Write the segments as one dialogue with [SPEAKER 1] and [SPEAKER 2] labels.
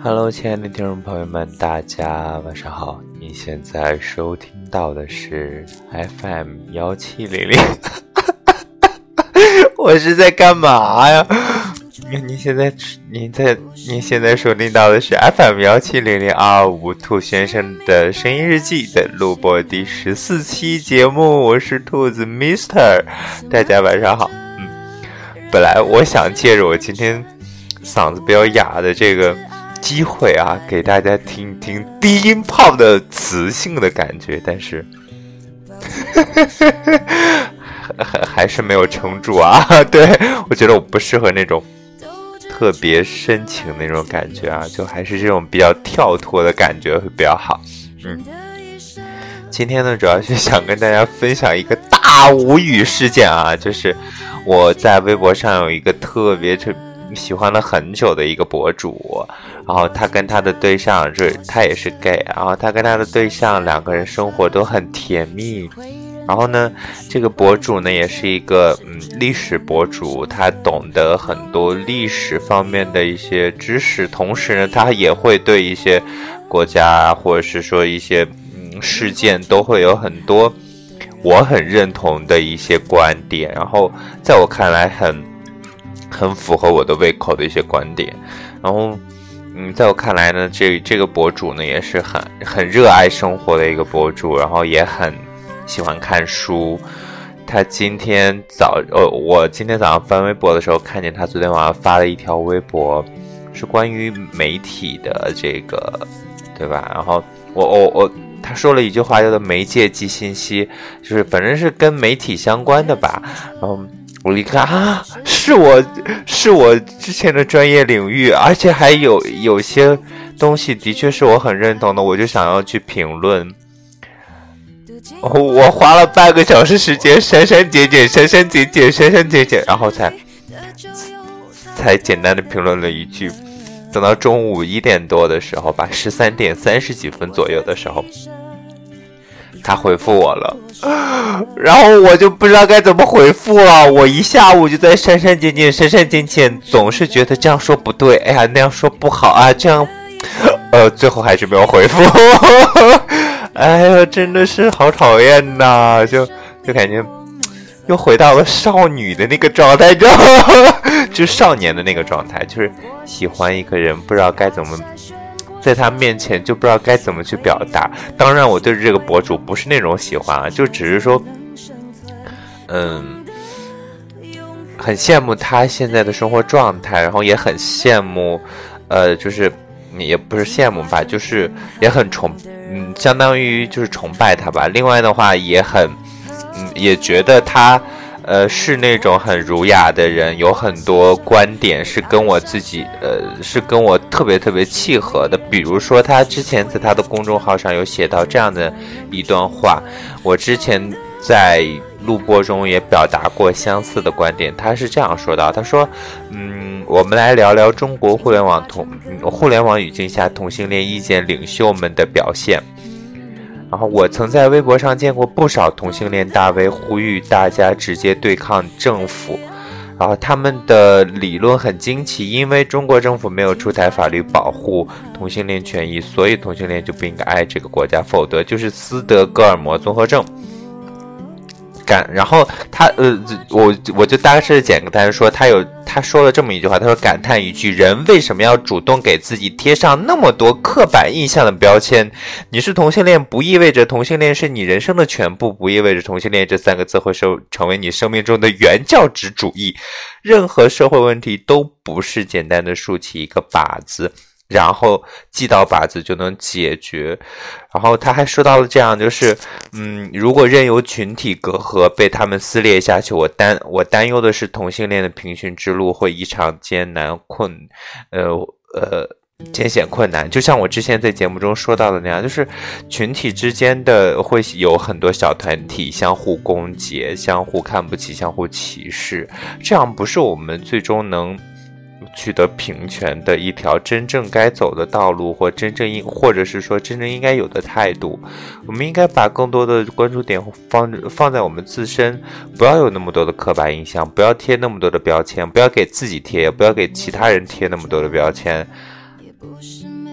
[SPEAKER 1] Hello， 亲爱的听众朋友们，大家晚上好！你现在收听到的是 FM1700，我是在干嘛呀？你现在收听到的是 FM170025兔先生的声音日记的录播第14期节目，我是兔子 Mr， 大家晚上好。本来我想借着我今天嗓子比较哑的这个机会啊，给大家听听低音炮的磁性的感觉，但是还是没有撑住啊。对，我觉得我不适合那种特别深情的那种感觉啊，就还是这种比较跳脱的感觉会比较好。今天呢，主要是想跟大家分享一个大无语事件啊，就是我在微博上有一个特别喜欢了很久的一个博主，然后他跟他的对象，他也是 gay， 然后他跟他的对象两个人生活都很甜蜜。然后呢，这个博主呢也是一个历史博主，他懂得很多历史方面的一些知识，同时呢，他也会对一些国家或者是说一些事件都会有很多我很认同的一些观点，然后在我看来很符合我的胃口的一些观点。然后在我看来呢，这个博主呢也是很热爱生活的一个博主，然后也很喜欢看书。他我今天早上翻微博的时候，看见他昨天晚上发了一条微博，是关于媒体的这个，对吧？然后他说了一句话叫做媒介即信息，就是反正是跟媒体相关的吧。然后我一看啊，是我之前的专业领域，而且还有些东西的确是我很认同的，我就想要去评论。我花了半个小时时间删减，然后才简单的评论了一句。等到中午1点多的时候吧，13点30几分左右的时候，他回复我了，然后我就不知道该怎么回复了。我一下午就在删减，总是觉得这样说不对，哎呀那样说不好啊，这样最后还是没有回复。哎呀，真的是好讨厌呐！就感觉又回到了少女的那个状态，就少年的那个状态，就是喜欢一个人，不知道该怎么在他面前，就不知道该怎么去表达。当然，我对这个博主不是那种喜欢啊，就只是说，很羡慕他现在的生活状态，然后也很羡慕，就是也不是羡慕吧，就是也很相当于就是崇拜他吧。另外的话，也觉得他是那种很儒雅的人，有很多观点是跟我自己是跟我特别特别契合的。比如说他之前在他的公众号上有写到这样的一段话，我之前在录播中也表达过相似的观点。他是这样说到，他说我们来聊聊中国互联网语境下同性恋意见领袖们的表现。然后我曾在微博上见过不少同性恋大 V 呼吁大家直接对抗政府，然后他们的理论很惊奇，因为中国政府没有出台法律保护同性恋权益，所以同性恋就不应该爱这个国家，否则就是斯德哥尔摩综合症。然后他我就大概是简单说，他说了这么一句话，他说感叹一句，人为什么要主动给自己贴上那么多刻板印象的标签？你是同性恋不意味着同性恋是你人生的全部，不意味着同性恋这3个字会成为你生命中的原教旨主义。任何社会问题都不是简单的竖起一个靶子然后击倒靶子就能解决。然后他还说到了这样，就是如果任由群体隔阂被他们撕裂下去，我担忧的是同性恋的平权之路会异常艰险困难。就像我之前在节目中说到的那样，就是群体之间的会有很多小团体相互攻讦，相互看不起，相互歧视，这样不是我们最终能取得平权的一条真正该走的道路，或者是说真正应该有的态度。我们应该把更多的关注点放在我们自身，不要有那么多的刻板印象，不要贴那么多的标签，不要给自己贴，也不要给其他人贴那么多的标签。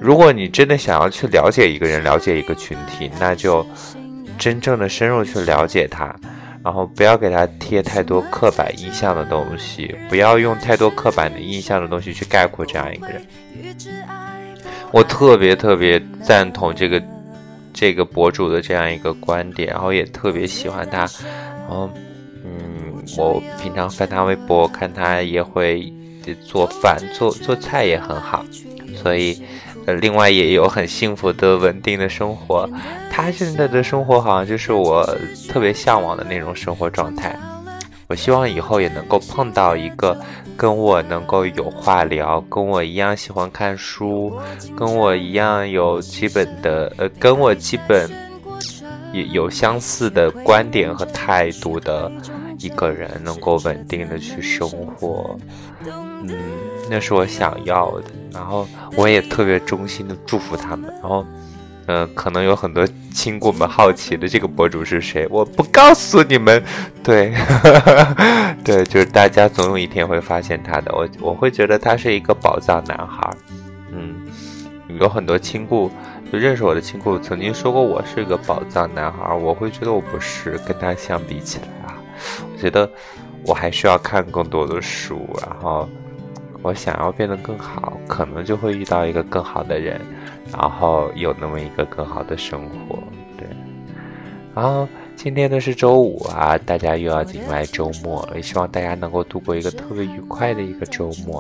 [SPEAKER 1] 如果你真的想要去了解一个人，了解一个群体，那就真正的深入去了解他，然后不要给他贴太多刻板印象的东西，不要用太多刻板的印象的东西去概括这样一个人。我特别赞同这个博主的这样一个观点，然后也特别喜欢他，然后我平常翻他微博，看他也会做饭，做菜也很好，所以另外也有很幸福的稳定的生活。他现在的生活好像就是我特别向往的那种生活状态。我希望以后也能够碰到一个跟我能够有话聊，跟我一样喜欢看书，跟我一样有基本的跟我基本有相似的观点和态度的一个人，能够稳定的去生活。那是我想要的，然后我也特别衷心的祝福他们。然后可能有很多亲故们好奇的这个博主是谁，我不告诉你们。对对，就是大家总有一天会发现他的。我会觉得他是一个宝藏男孩。有很多亲故就认识我的亲故曾经说过我是个宝藏男孩，我会觉得我不是，跟他相比起来啊，我觉得我还需要看更多的书，然后我想要变得更好，可能就会遇到一个更好的人，然后有那么一个更好的生活。对，然后今天呢是周五啊，大家又要迎来周末了，也希望大家能够度过一个特别愉快的一个周末。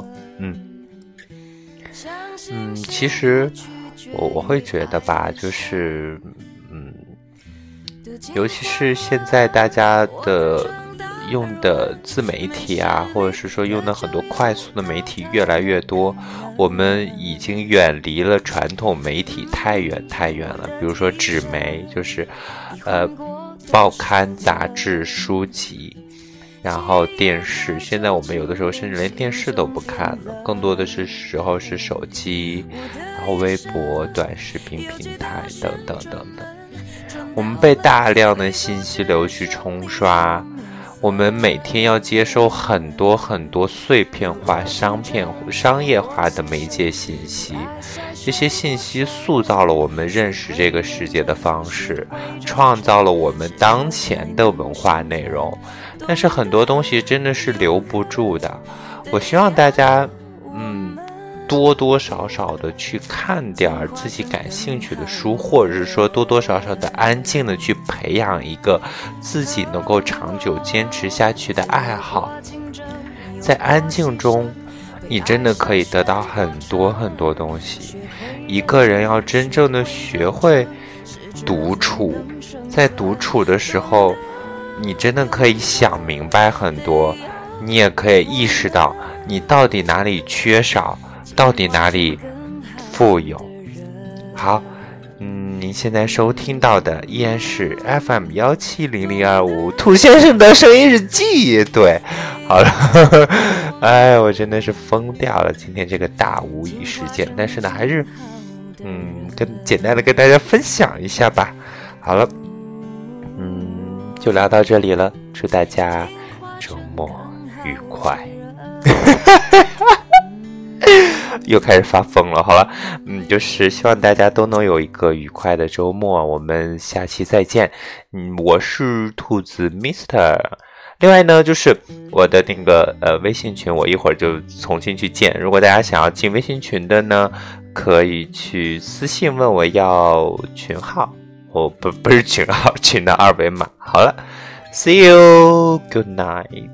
[SPEAKER 1] 其实我会觉得吧，就是尤其是现在大家的用的自媒体啊，或者是说用的很多快速的媒体越来越多，我们已经远离了传统媒体太远了。比如说纸媒，就是报刊、杂志、书籍，然后电视，现在我们有的时候甚至连电视都不看了，更多的时候是手机，然后微博、短视频平台等等。我们被大量的信息流去冲刷，我们每天要接收很多碎片化、商业化的媒介信息，这些信息塑造了我们认识这个世界的方式，创造了我们当前的文化内容。但是很多东西真的是留不住的。我希望大家多少的去看点自己感兴趣的书，或者是说多少的安静的去培养一个自己能够长久坚持下去的爱好。在安静中你真的可以得到很多东西。一个人要真正的学会独处，在独处的时候你真的可以想明白很多，你也可以意识到你到底哪里缺少，到底哪里富有。好，您现在收听到的依然是 FM 170025兔先生的声音日记。对，好了哎，我真的是疯掉了今天这个大无语事件，但是呢还是简单的跟大家分享一下吧。好了，就聊到这里了，祝大家周末愉快又开始发疯了。好了，就是希望大家都能有一个愉快的周末，我们下期再见。我是兔子 Mr。 另外呢，就是我的那个微信群，我一会儿就重新去建，如果大家想要进微信群的呢，可以去私信问我要群号，不是群号，群的二维码。好了， See you, good night。